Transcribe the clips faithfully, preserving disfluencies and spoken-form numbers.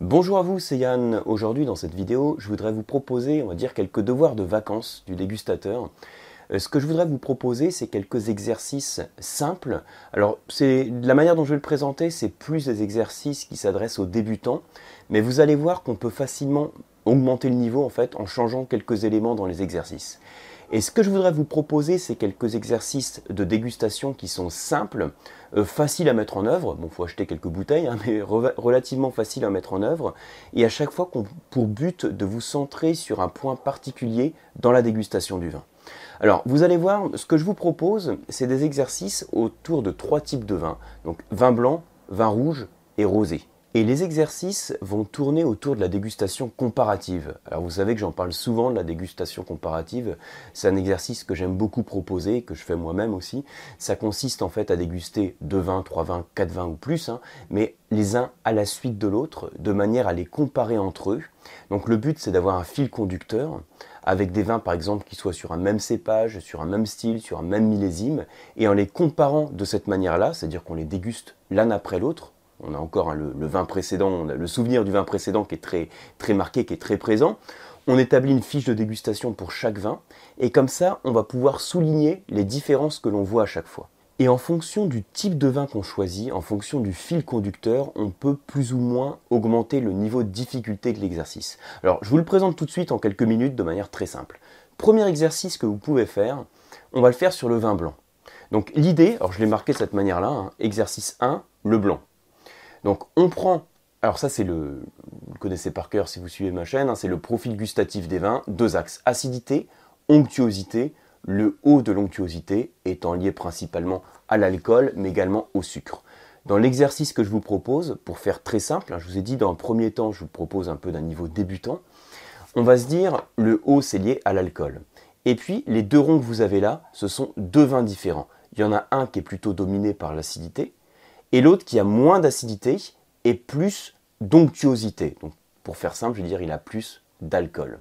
Bonjour à vous, c'est Yann. Aujourd'hui, dans cette vidéo, je voudrais vous proposer, on va dire, quelques devoirs de vacances du dégustateur. Euh, ce que je voudrais vous proposer, c'est quelques exercices simples. Alors, c'est la manière dont je vais le présenter, c'est plus des exercices qui s'adressent aux débutants, mais vous allez voir qu'on peut facilement augmenter le niveau en fait en changeant quelques éléments dans les exercices. Et ce que je voudrais vous proposer, c'est quelques exercices de dégustation qui sont simples, euh, faciles à mettre en œuvre. Bon, il faut acheter quelques bouteilles, hein, mais re relativement faciles à mettre en œuvre. Et à chaque fois, qu'on, pour but de vous centrer sur un point particulier dans la dégustation du vin. Alors, vous allez voir, ce que je vous propose, c'est des exercices autour de trois types de vins. Donc, vin blanc, vin rouge et rosé. Et les exercices vont tourner autour de la dégustation comparative. Alors vous savez que j'en parle souvent de la dégustation comparative. C'est un exercice que j'aime beaucoup proposer, que je fais moi-même aussi. Ça consiste en fait à déguster deux vins, trois vins, quatre vins ou plus, hein, mais les uns à la suite de l'autre, de manière à les comparer entre eux. Donc le but, c'est d'avoir un fil conducteur, avec des vins par exemple qui soient sur un même cépage, sur un même style, sur un même millésime, et en les comparant de cette manière-là, c'est-à-dire qu'on les déguste l'un après l'autre. On a encore hein, le, le vin précédent, on a le souvenir du vin précédent qui est très, très marqué, qui est très présent. On établit une fiche de dégustation pour chaque vin, et comme ça, on va pouvoir souligner les différences que l'on voit à chaque fois. Et en fonction du type de vin qu'on choisit, en fonction du fil conducteur, on peut plus ou moins augmenter le niveau de difficulté de l'exercice. Alors, je vous le présente tout de suite en quelques minutes de manière très simple. Premier exercice que vous pouvez faire, on va le faire sur le vin blanc. Donc l'idée, alors je l'ai marqué de cette manière-là, hein, exercice un, le blanc. Donc on prend, alors ça c'est le, vous le connaissez par cœur si vous suivez ma chaîne, hein, c'est le profil gustatif des vins, deux axes, acidité, onctuosité, le haut de l'onctuosité étant lié principalement à l'alcool mais également au sucre. Dans l'exercice que je vous propose, pour faire très simple, hein, je vous ai dit dans un premier temps je vous propose un peu d'un niveau débutant, on va se dire le haut c'est lié à l'alcool. Et puis les deux ronds que vous avez là, ce sont deux vins différents. Il y en a un qui est plutôt dominé par l'acidité, et l'autre qui a moins d'acidité et plus d'onctuosité. Donc, pour faire simple, je veux dire, il a plus d'alcool.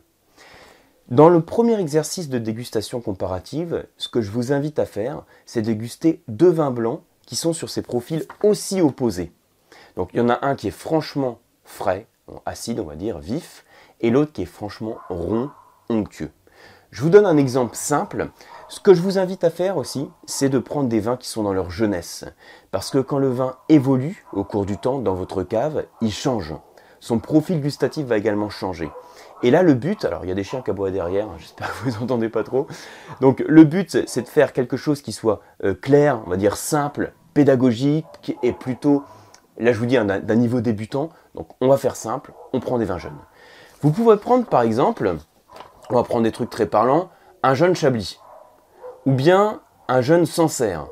Dans le premier exercice de dégustation comparative, ce que je vous invite à faire, c'est déguster deux vins blancs qui sont sur ces profils aussi opposés. Donc, il y en a un qui est franchement frais, acide, on va dire, vif, et l'autre qui est franchement rond, onctueux. Je vous donne un exemple simple. Ce que je vous invite à faire aussi, c'est de prendre des vins qui sont dans leur jeunesse. Parce que quand le vin évolue au cours du temps dans votre cave, il change. Son profil gustatif va également changer. Et là, le but, alors il y a des chiens qui aboient derrière, j'espère que vous n'entendez pas trop. Donc le but, c'est de faire quelque chose qui soit euh, clair, on va dire simple, pédagogique et plutôt, là je vous dis, hein, d'un niveau débutant. Donc on va faire simple, on prend des vins jeunes. Vous pouvez prendre par exemple, on va prendre des trucs très parlants, un jeune Chablis. Ou bien un jeune Sancerre,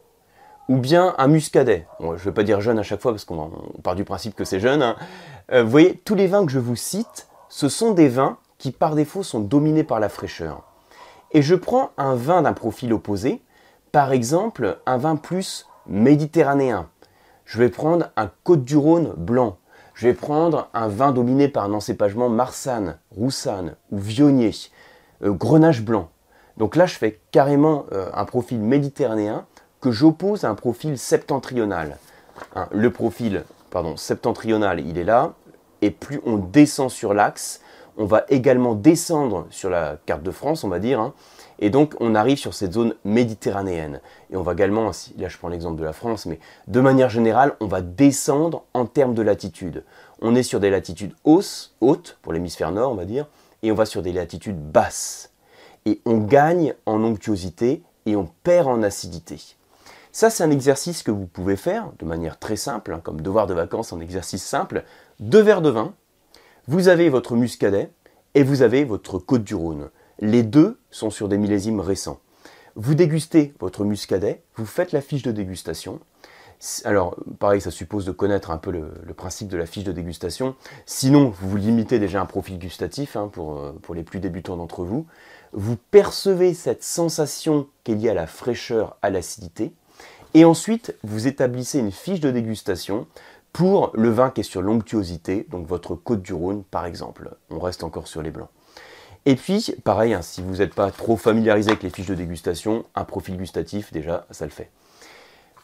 ou bien un Muscadet. Bon, je ne vais pas dire jeune à chaque fois parce qu'on part du principe que c'est jeune. Hein. Euh, vous voyez, tous les vins que je vous cite, ce sont des vins qui par défaut sont dominés par la fraîcheur. Et je prends un vin d'un profil opposé, par exemple un vin plus méditerranéen. Je vais prendre un Côtes-du-Rhône blanc. Je vais prendre un vin dominé par un encépagement Marsanne, Roussanne ou Viognier, euh, Grenache blanc. Donc là, je fais carrément euh, un profil méditerranéen que j'oppose à un profil septentrional. Hein, le profil pardon, septentrional, il est là. Et plus on descend sur l'axe, on va également descendre sur la carte de France, on va dire. Hein, et donc, on arrive sur cette zone méditerranéenne. Et on va également, là je prends l'exemple de la France, mais de manière générale, on va descendre en termes de latitude. On est sur des latitudes hausses, hautes, pour l'hémisphère nord, on va dire, et on va sur des latitudes basses. Et on gagne en onctuosité et on perd en acidité. Ça, c'est un exercice que vous pouvez faire de manière très simple, hein, comme devoir de vacances en exercice simple. Deux verres de vin, vous avez votre Muscadet et vous avez votre Côtes-du-Rhône. Les deux sont sur des millésimes récents. Vous dégustez votre Muscadet, vous faites la fiche de dégustation. Alors, pareil, ça suppose de connaître un peu le, le principe de la fiche de dégustation. Sinon, vous vous limitez déjà à un profil gustatif hein, pour, pour les plus débutants d'entre vous. Vous percevez cette sensation qui est liée à la fraîcheur, à l'acidité. Et ensuite, vous établissez une fiche de dégustation pour le vin qui est sur l'onctuosité, donc votre Côtes-du-Rhône par exemple. On reste encore sur les blancs. Et puis, pareil, hein, si vous n'êtes pas trop familiarisé avec les fiches de dégustation, un profil gustatif, déjà, ça le fait.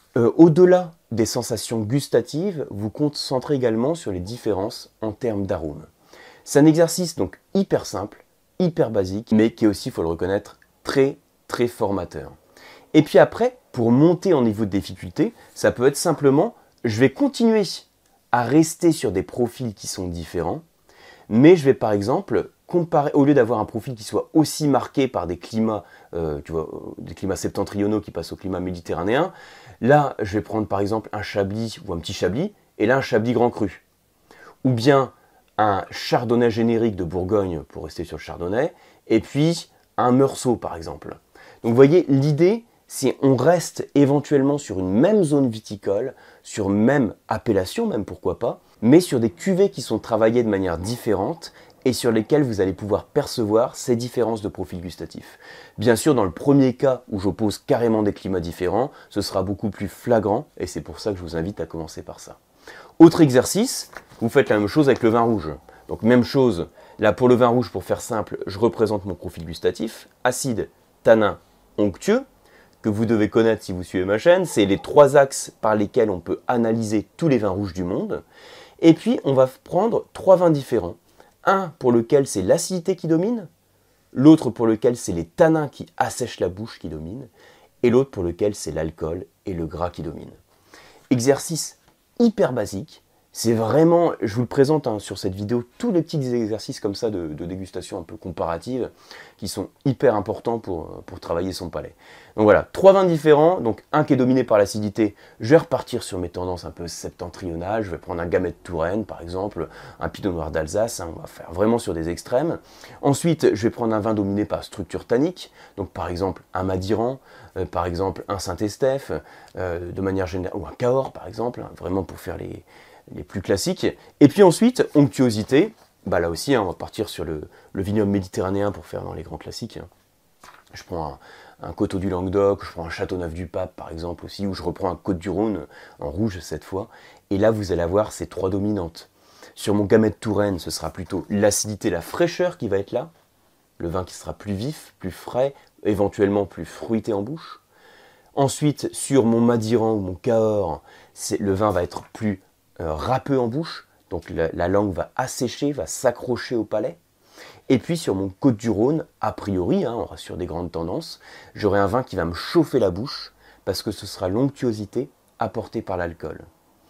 Euh, au-delà des sensations gustatives, vous concentrez également sur les différences en termes d'arômes. C'est un exercice donc hyper simple, hyper basique, mais qui est aussi, il faut le reconnaître, très très formateur. Et puis après, pour monter en niveau de difficulté, ça peut être simplement, je vais continuer à rester sur des profils qui sont différents, mais je vais par exemple comparer, au lieu d'avoir un profil qui soit aussi marqué par des climats, euh, tu vois, des climats septentrionaux qui passent au climat méditerranéen, là je vais prendre par exemple un chablis ou un petit chablis, et là un chablis grand cru. Ou bien un chardonnay générique de Bourgogne, pour rester sur le chardonnay, et puis un meursault par exemple. Donc vous voyez, l'idée, c'est on reste éventuellement sur une même zone viticole, sur même appellation, même pourquoi pas, mais sur des cuvées qui sont travaillées de manière différente et sur lesquelles vous allez pouvoir percevoir ces différences de profil gustatif. Bien sûr, dans le premier cas où j'oppose carrément des climats différents, ce sera beaucoup plus flagrant et c'est pour ça que je vous invite à commencer par ça. Autre exercice, vous faites la même chose avec le vin rouge. Donc même chose, là pour le vin rouge, pour faire simple, je représente mon profil gustatif, acide, tanin, onctueux, que vous devez connaître si vous suivez ma chaîne, c'est les trois axes par lesquels on peut analyser tous les vins rouges du monde. Et puis on va prendre trois vins différents. Un pour lequel c'est l'acidité qui domine, l'autre pour lequel c'est les tanins qui assèchent la bouche qui dominent, et l'autre pour lequel c'est l'alcool et le gras qui dominent. Exercice hyper basique. C'est vraiment, je vous le présente hein, sur cette vidéo, tous les petits exercices comme ça de, de dégustation un peu comparative qui sont hyper importants pour, pour travailler son palais. Donc voilà, trois vins différents, donc un qui est dominé par l'acidité, je vais repartir sur mes tendances un peu septentrionales, je vais prendre un Gamay de Touraine par exemple, un Pinot Noir d'Alsace, hein, on va faire vraiment sur des extrêmes. Ensuite, je vais prendre un vin dominé par structure tannique, donc par exemple un Madiran, euh, par exemple un Saint-Estèphe, euh, de manière générale, ou un Cahors par exemple, hein, vraiment pour faire les... les plus classiques. Et puis ensuite, onctuosité, bah là aussi, hein, on va partir sur le, le vignoble méditerranéen pour faire dans les grands classiques. Hein. Je prends un, un Coteau du Languedoc, je prends un Châteauneuf-du-Pape par exemple aussi, ou je reprends un Côte-du-Rhône en rouge cette fois. Et là, vous allez avoir ces trois dominantes. Sur mon Gamay de Touraine, ce sera plutôt l'acidité, la fraîcheur qui va être là. Le vin qui sera plus vif, plus frais, éventuellement plus fruité en bouche. Ensuite, sur mon Madiran ou mon Cahors, le vin va être plus Euh, râpeux en bouche, donc la, la langue va assécher, va s'accrocher au palais. Et puis sur mon Côte-du-Rhône, a priori, hein, on reste sur des grandes tendances, j'aurai un vin qui va me chauffer la bouche, parce que ce sera l'onctuosité apportée par l'alcool.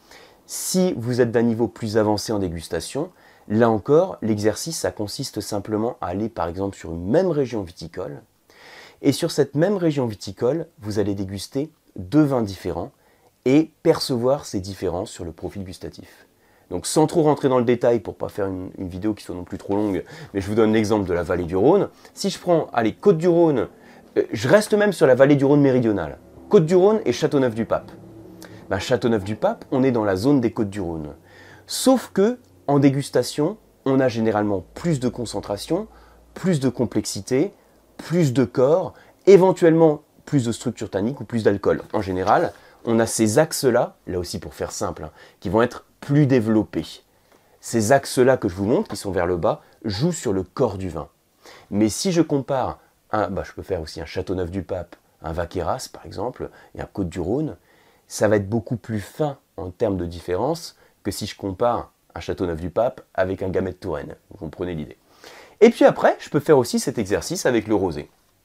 Si vous êtes d'un niveau plus avancé en dégustation, là encore, l'exercice, ça consiste simplement à aller par exemple sur une même région viticole, et sur cette même région viticole, vous allez déguster deux vins différents, et percevoir ces différences sur le profil gustatif. Donc sans trop rentrer dans le détail pour ne pas faire une, une vidéo qui soit non plus trop longue, mais je vous donne l'exemple de la vallée du Rhône. Si je prends, allez, Côte-du-Rhône, euh, je reste même sur la vallée du Rhône méridionale. Côte-du-Rhône et Châteauneuf-du-Pape. Ben, Châteauneuf-du-Pape, on est dans la zone des Côtes-du-Rhône. Sauf que, en dégustation, on a généralement plus de concentration, plus de complexité, plus de corps, éventuellement plus de structure tannique ou plus d'alcool. En général, on a ces axes-là, là aussi pour faire simple, hein, qui vont être plus développés. Ces axes-là que je vous montre, qui sont vers le bas, jouent sur le corps du vin. Mais si je compare, un, bah je peux faire aussi un Châteauneuf-du-Pape, un Vaqueyras par exemple, et un Côte-du-Rhône, ça va être beaucoup plus fin en termes de différence que si je compare un Châteauneuf-du-Pape avec un Gamay de Touraine. Vous comprenez l'idée. Et puis après, je peux faire aussi cet exercice avec le rosé.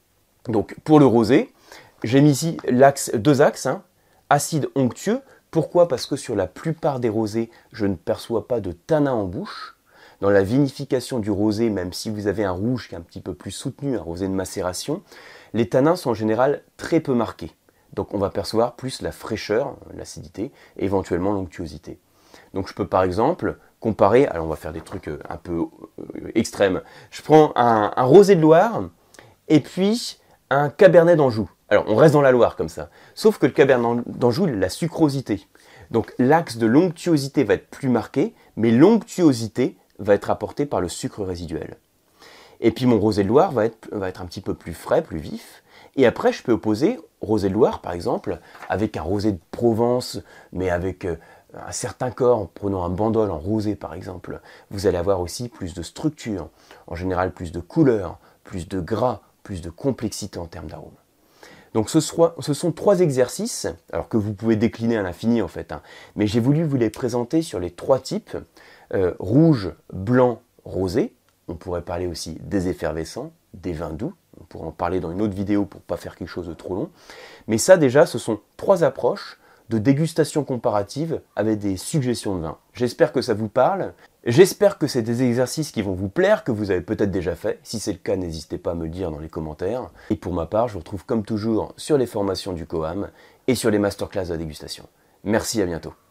Donc pour le rosé, j'ai mis ici l'axe, deux axes, hein, acide onctueux. Pourquoi? Parce que sur la plupart des rosés, je ne perçois pas de tanin en bouche. Dans la vinification du rosé, même si vous avez un rouge qui est un petit peu plus soutenu, un rosé de macération, les tanins sont en général très peu marqués. Donc on va percevoir plus la fraîcheur, l'acidité, et éventuellement l'onctuosité. Donc je peux par exemple comparer, alors on va faire des trucs un peu extrêmes. Je prends un, un rosé de Loire et puis un cabernet d'Anjou. Alors, on reste dans la Loire comme ça. Sauf que le Cabernet d'Anjou, il a la sucrosité. Donc, l'axe de l'onctuosité va être plus marqué, mais l'onctuosité va être apportée par le sucre résiduel. Et puis, mon rosé de Loire va être, va être un petit peu plus frais, plus vif. Et après, je peux opposer rosé de Loire, par exemple, avec un rosé de Provence, mais avec euh, un certain corps, en prenant un bandol en rosé, par exemple. Vous allez avoir aussi plus de structure, en général plus de couleur, plus de gras, plus de complexité en termes d'arôme. Donc ce, soit, ce sont trois exercices, alors que vous pouvez décliner à l'infini en fait, hein, mais j'ai voulu vous les présenter sur les trois types, euh, rouge, blanc, rosé. On pourrait parler aussi des effervescents, des vins doux, on pourrait en parler dans une autre vidéo pour ne pas faire quelque chose de trop long. Mais ça déjà, ce sont trois approches de dégustation comparative avec des suggestions de vins. J'espère que ça vous parle. J'espère que c'est des exercices qui vont vous plaire, que vous avez peut-être déjà fait. Si c'est le cas, n'hésitez pas à me le dire dans les commentaires. Et pour ma part, je vous retrouve comme toujours sur les formations du COAM et sur les masterclass de dégustation. Merci, à bientôt.